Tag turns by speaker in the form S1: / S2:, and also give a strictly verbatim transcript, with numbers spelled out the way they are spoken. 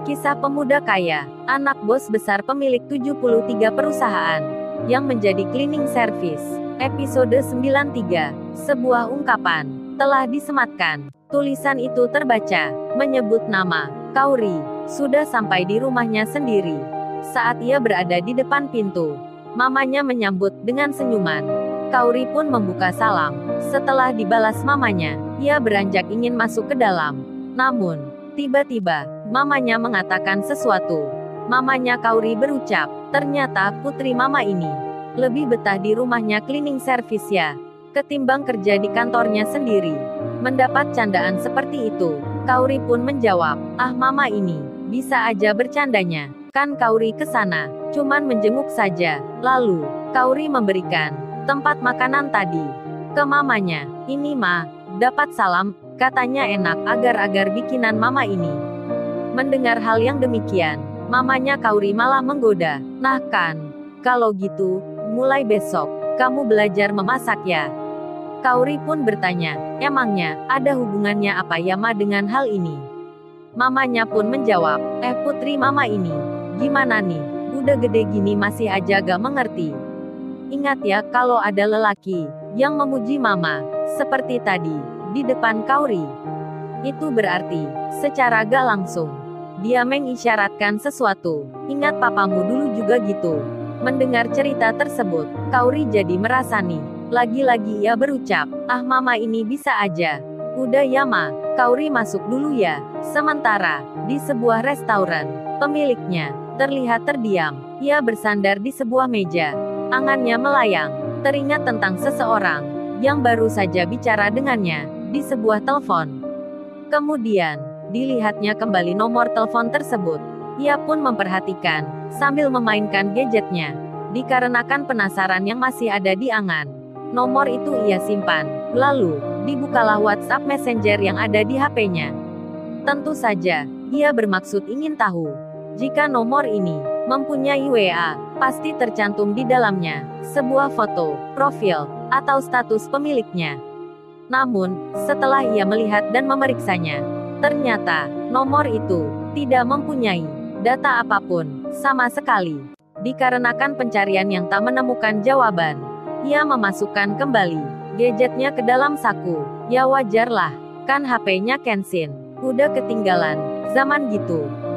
S1: Kisah pemuda kaya, anak bos besar pemilik tujuh puluh tiga perusahaan, yang menjadi cleaning service. Episode sembilan puluh tiga. Sebuah ungkapan telah disematkan. Tulisan itu terbaca, menyebut nama Kauri, sudah sampai di rumahnya sendiri. Saat ia berada di depan pintu, mamanya menyambut dengan senyuman. Kauri pun membuka salam. Setelah dibalas mamanya, ia beranjak ingin masuk ke dalam. Namun, tiba-tiba, mamanya mengatakan sesuatu. Mamanya Kauri berucap, ternyata putri mama ini lebih betah di rumahnya cleaning service ya, ketimbang kerja di kantornya sendiri. Mendapat candaan seperti itu, Kauri pun menjawab, ah mama ini, bisa aja bercandanya. Kan Kauri ke sana, cuman menjenguk saja. Lalu, Kauri memberikan tempat makanan tadi ke mamanya. Ini mah, dapat salam, katanya enak agar-agar bikinan mama ini. Mendengar hal yang demikian, mamanya Kauri malah menggoda. Nah kan, kalau gitu, mulai besok, kamu belajar memasak ya. Kauri pun bertanya, emangnya, ada hubungannya apa ya ma dengan hal ini? Mamanya pun menjawab, eh putri mama ini, gimana nih, udah gede gini masih aja gak mengerti. Ingat ya kalau ada lelaki yang memuji mama, seperti tadi, di depan Kauri. Itu berarti, secara gak langsung, dia mengisyaratkan sesuatu. Ingat papamu dulu juga gitu. Mendengar cerita tersebut, Kauri jadi merasa nih. Lagi-lagi ia berucap, ah mama ini bisa aja. Udah ya ma, Kauri masuk dulu ya. Sementara, di sebuah restoran, pemiliknya terlihat terdiam. Ia bersandar di sebuah meja. Angannya melayang. Teringat tentang seseorang yang baru saja bicara dengannya di sebuah telepon. Kemudian, dilihatnya kembali nomor telepon tersebut. Ia pun memperhatikan, sambil memainkan gadgetnya. Dikarenakan penasaran yang masih ada di angan, nomor itu ia simpan. Lalu, dibukalah WhatsApp Messenger yang ada di H P-nya. Tentu saja, ia bermaksud ingin tahu, jika nomor ini mempunyai W A, pasti tercantum di dalamnya sebuah foto, profil, atau status pemiliknya. Namun, setelah ia melihat dan memeriksanya, ternyata, nomor itu tidak mempunyai data apapun, sama sekali. Dikarenakan pencarian yang tak menemukan jawaban, ia memasukkan kembali gadgetnya ke dalam saku. Ya wajarlah, kan H P-nya Kenshin udah ketinggalan zaman gitu.